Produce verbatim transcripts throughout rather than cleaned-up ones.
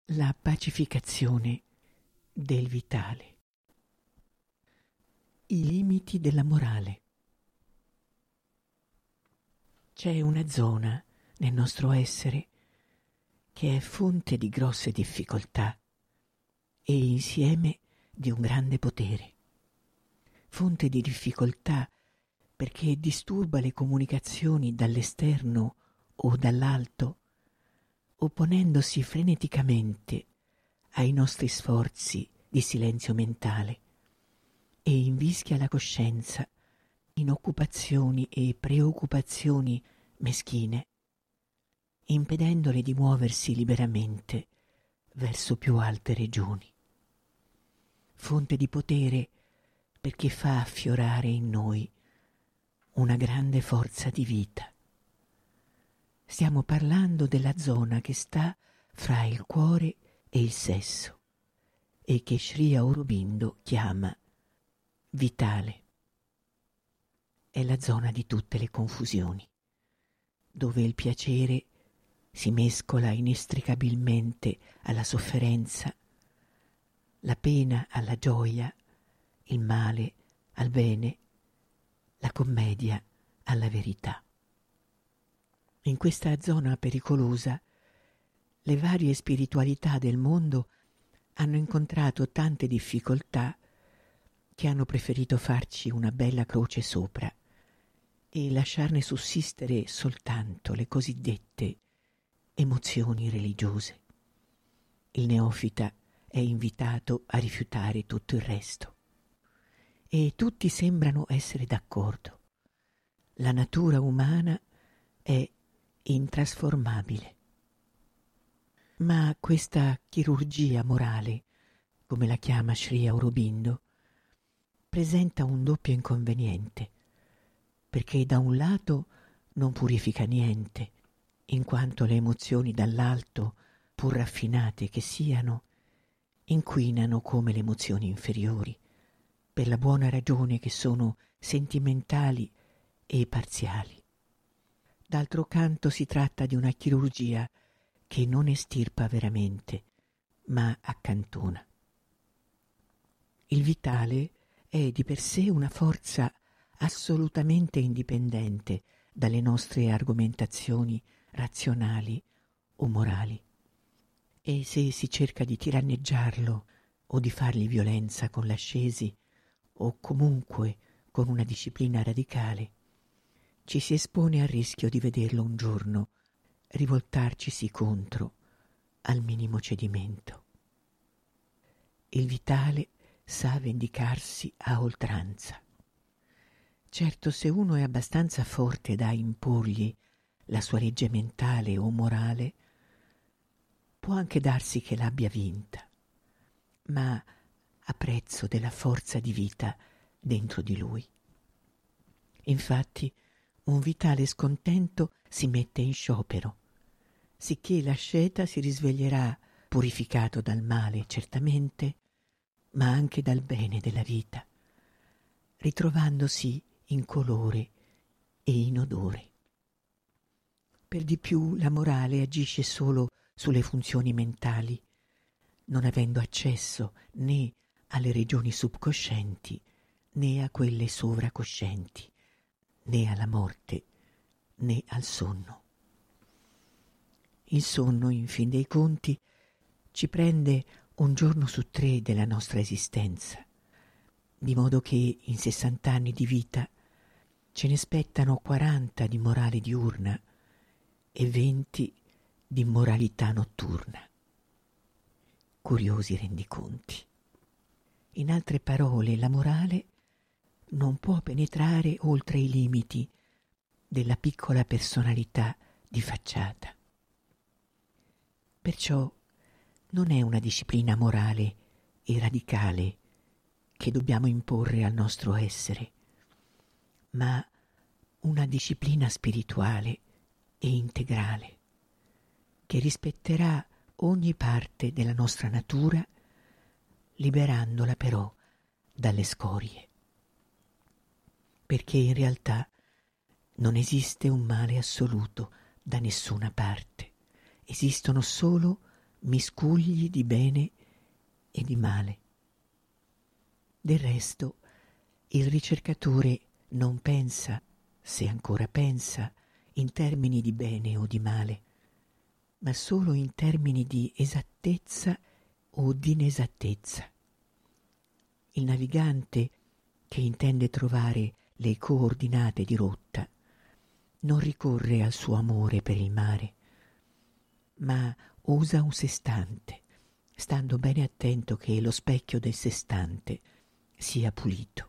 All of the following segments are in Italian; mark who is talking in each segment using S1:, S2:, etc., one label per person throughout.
S1: la pacificazione del vitale. I limiti della morale. C'è una zona nel nostro essere che è fonte di grosse difficoltà e insieme di un grande potere. Fonte di difficoltà perché disturba le comunicazioni dall'esterno o dall'alto, opponendosi freneticamente ai nostri sforzi di silenzio mentale e invischia la coscienza in occupazioni e preoccupazioni meschine, impedendole di muoversi liberamente verso più alte regioni. Fonte di potere perché fa affiorare in noi una grande forza di vita. Stiamo parlando della zona che sta fra il cuore e il sesso e che Sri Aurobindo chiama vitale. È la zona di tutte le confusioni, dove il piacere si mescola inestricabilmente alla sofferenza, la pena alla gioia, il male al bene, la commedia alla verità. In questa zona pericolosa, le varie spiritualità del mondo hanno incontrato tante difficoltà che hanno preferito farci una bella croce sopra e lasciarne sussistere soltanto le cosiddette emozioni religiose. Il neofita è invitato a rifiutare tutto il resto e tutti sembrano essere d'accordo. La natura umana è intrasformabile. Ma questa chirurgia morale, come la chiama Sri Aurobindo, presenta un doppio inconveniente, perché da un lato non purifica niente, in quanto le emozioni dall'alto, pur raffinate che siano, inquinano come le emozioni inferiori, per la buona ragione che sono sentimentali e parziali. D'altro canto si tratta di una chirurgia che non estirpa veramente, ma accantona. Il vitale è di per sé una forza assolutamente indipendente dalle nostre argomentazioni razionali o morali. E se si cerca di tiranneggiarlo o di fargli violenza con l'ascesi o comunque con una disciplina radicale, ci si espone al rischio di vederlo un giorno rivoltarcisi contro al minimo cedimento. Il vitale sa vendicarsi a oltranza. Certo, se uno è abbastanza forte da imporgli la sua legge mentale o morale, può anche darsi che l'abbia vinta, ma a prezzo della forza di vita dentro di lui. Infatti, un vitale scontento si mette in sciopero, sicché l'asceta si risveglierà purificato dal male, certamente, ma anche dal bene della vita, ritrovandosi in colore e in odore. Per di più la morale agisce solo sulle funzioni mentali, non avendo accesso né alle regioni subcoscienti né a quelle sovracoscienti, né alla morte né al sonno. Il sonno, in fin dei conti, ci prende un giorno su tre della nostra esistenza, di modo che in sessant'anni di vita ce ne spettano quaranta di morale diurna e venti di moralità notturna. Curiosi rendiconti. In altre parole, la morale non può penetrare oltre i limiti della piccola personalità di facciata. Perciò non è una disciplina morale e radicale che dobbiamo imporre al nostro essere, ma una disciplina spirituale e integrale che rispetterà ogni parte della nostra natura, liberandola però dalle scorie. Perché in realtà non esiste un male assoluto da nessuna parte, esistono solo miscugli di bene e di male. Del resto, il ricercatore non pensa, se ancora pensa, in termini di bene o di male, ma solo in termini di esattezza o di inesattezza. Il navigante che intende trovare le coordinate di rotta non ricorre al suo amore per il mare, ma usa un sestante, stando bene attento che lo specchio del sestante sia pulito.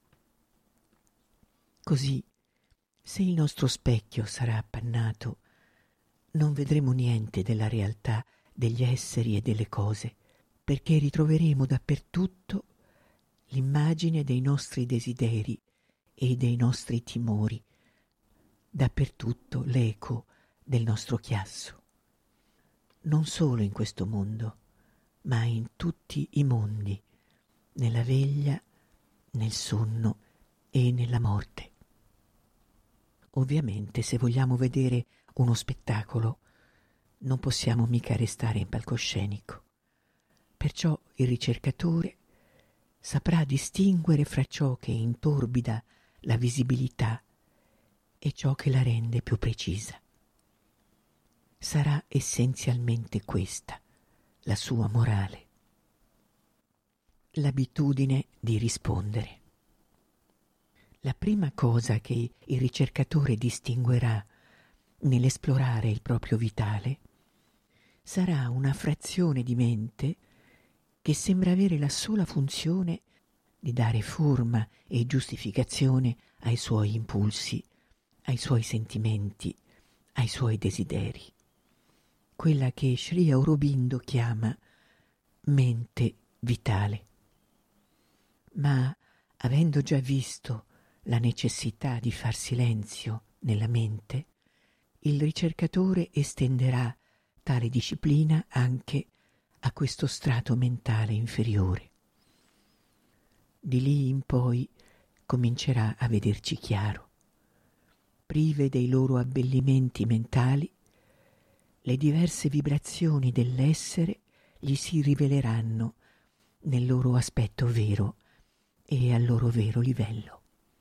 S1: Così, se il nostro specchio sarà appannato, non vedremo niente della realtà degli esseri e delle cose, perché ritroveremo dappertutto l'immagine dei nostri desideri e dei nostri timori, dappertutto l'eco del nostro chiasso. Non solo in questo mondo, ma in tutti i mondi, nella veglia, nel sonno e nella morte. Ovviamente, se vogliamo vedere uno spettacolo, non possiamo mica restare in palcoscenico. Perciò il ricercatore saprà distinguere fra ciò che intorbida la visibilità e ciò che la rende più precisa. Sarà essenzialmente questa la sua morale. L'abitudine di rispondere. La prima cosa che il ricercatore distinguerà nell'esplorare il proprio vitale sarà una frazione di mente che sembra avere la sola funzione di dare forma e giustificazione ai suoi impulsi, ai suoi sentimenti, ai suoi desideri. Quella che Sri Aurobindo chiama mente vitale. Ma avendo già visto la necessità di far silenzio nella mente, il ricercatore estenderà tale disciplina anche a questo strato mentale inferiore. Di lì in poi comincerà a vederci chiaro. Prive dei loro abbellimenti mentali, le diverse vibrazioni dell'essere gli si riveleranno nel loro aspetto vero e al loro vero livello.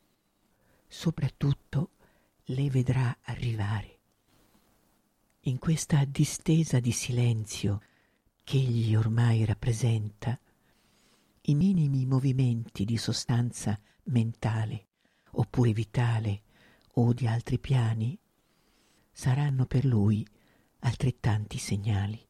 S1: Soprattutto le vedrà arrivare. In questa distesa di silenzio che egli ormai rappresenta, i minimi movimenti di sostanza mentale, oppure vitale, o di altri piani, saranno per lui altrettanti segnali.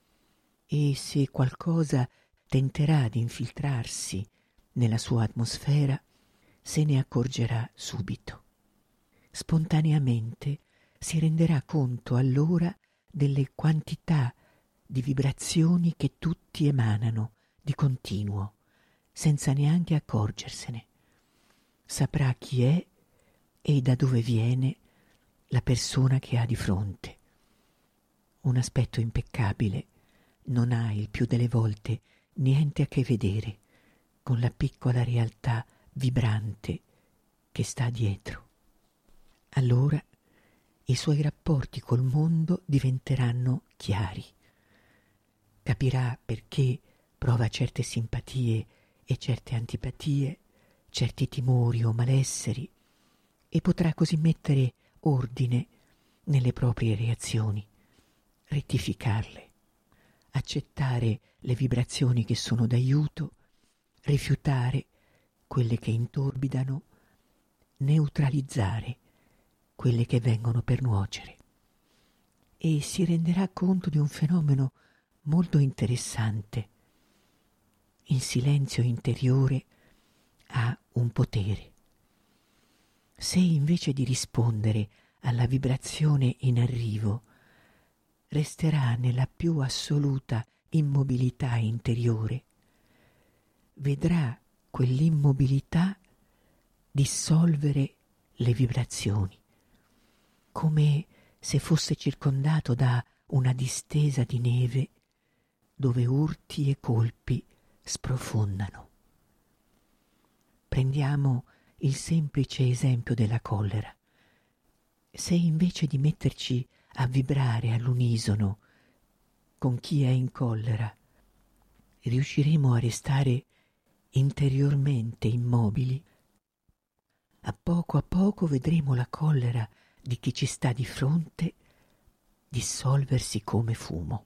S1: E se qualcosa tenterà di infiltrarsi nella sua atmosfera, se ne accorgerà subito. Spontaneamente si renderà conto allora delle quantità di vibrazioni che tutti emanano di continuo, senza neanche accorgersene. Saprà chi è e da dove viene la persona che ha di fronte. Un aspetto impeccabile non ha il più delle volte niente a che vedere con la piccola realtà vibrante che sta dietro. Allora i suoi rapporti col mondo diventeranno chiari. Capirà perché prova certe simpatie e certe antipatie, certi timori o malesseri, e potrà così mettere ordine nelle proprie reazioni, rettificarle, accettare le vibrazioni che sono d'aiuto, rifiutare quelle che intorbidano, neutralizzare quelle che vengono per nuocere. E si renderà conto di un fenomeno molto interessante. Il silenzio interiore ha un potere. Se invece di rispondere alla vibrazione in arrivo, resterà nella più assoluta immobilità interiore, vedrà quell'immobilità dissolvere le vibrazioni, come se fosse circondato da una distesa di neve dove urti e colpi sprofondano. Prendiamo il semplice esempio della collera. Se invece di metterci a vibrare all'unisono con chi è in collera, riusciremo a restare interiormente immobili, a poco a poco vedremo la collera di chi ci sta di fronte dissolversi come fumo.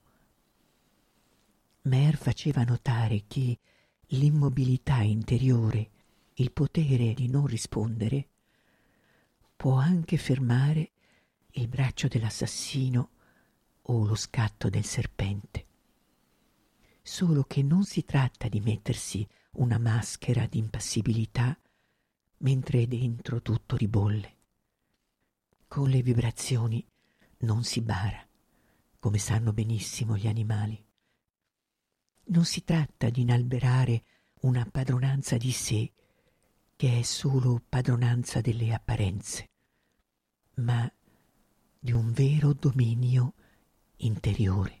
S1: Mer faceva notare che l'immobilità interiore, il potere di non rispondere, può anche fermare il braccio dell'assassino o lo scatto del serpente. Solo che non si tratta di mettersi una maschera di impassibilità mentre dentro tutto ribolle. Con le vibrazioni non si bara, come sanno benissimo gli animali. Non si tratta di inalberare una padronanza di sé, che è solo padronanza delle apparenze, ma di un vero dominio interiore.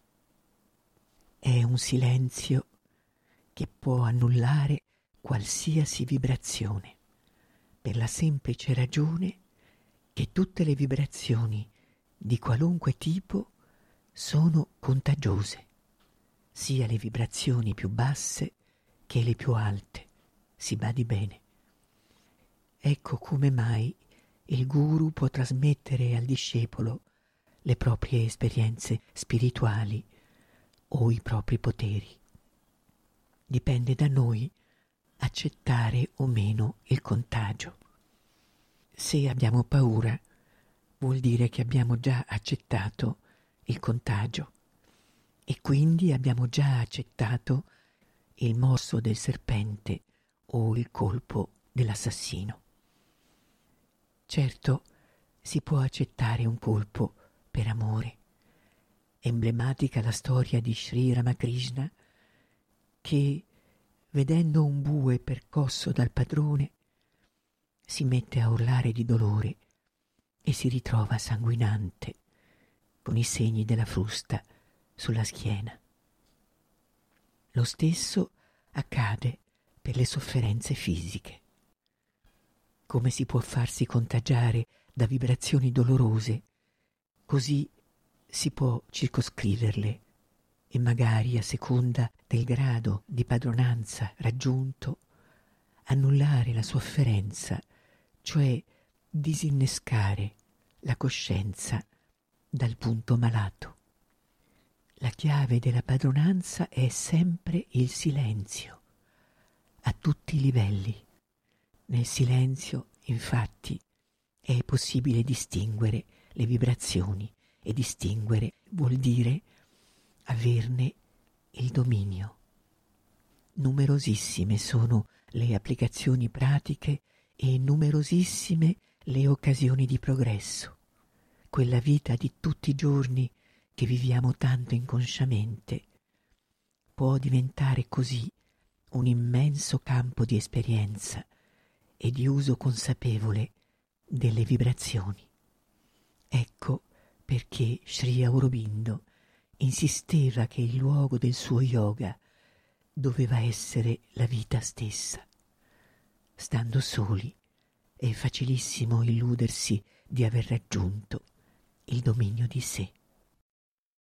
S1: È un silenzio che può annullare qualsiasi vibrazione, per la semplice ragione che tutte le vibrazioni di qualunque tipo sono contagiose, sia le vibrazioni più basse che le più alte, si badi bene. Ecco come mai il guru può trasmettere al discepolo le proprie esperienze spirituali o i propri poteri. Dipende da noi accettare o meno il contagio. Se abbiamo paura, vuol dire che abbiamo già accettato il contagio e quindi abbiamo già accettato il morso del serpente o il colpo dell'assassino. Certo, si può accettare un colpo per amore. Emblematica la storia di Sri Ramakrishna che, vedendo un bue percosso dal padrone, si mette a urlare di dolore e si ritrova sanguinante, con i segni della frusta sulla schiena. Lo stesso accade per le sofferenze fisiche. Come si può farsi contagiare da vibrazioni dolorose, così si può circoscriverle e magari, a seconda del grado di padronanza raggiunto, annullare la sofferenza, cioè disinnescare la coscienza dal punto malato. La chiave della padronanza è sempre il silenzio, a tutti i livelli. Nel silenzio, infatti, è possibile distinguere le vibrazioni e distinguere vuol dire averne il dominio. Numerosissime sono le applicazioni pratiche e numerosissime le occasioni di progresso. Quella vita di tutti i giorni che viviamo tanto inconsciamente può diventare così un immenso campo di esperienza e di uso consapevole delle vibrazioni. Ecco perché Sri Aurobindo insisteva che il luogo del suo yoga doveva essere la vita stessa. Stando soli è facilissimo illudersi di aver raggiunto il dominio di sé.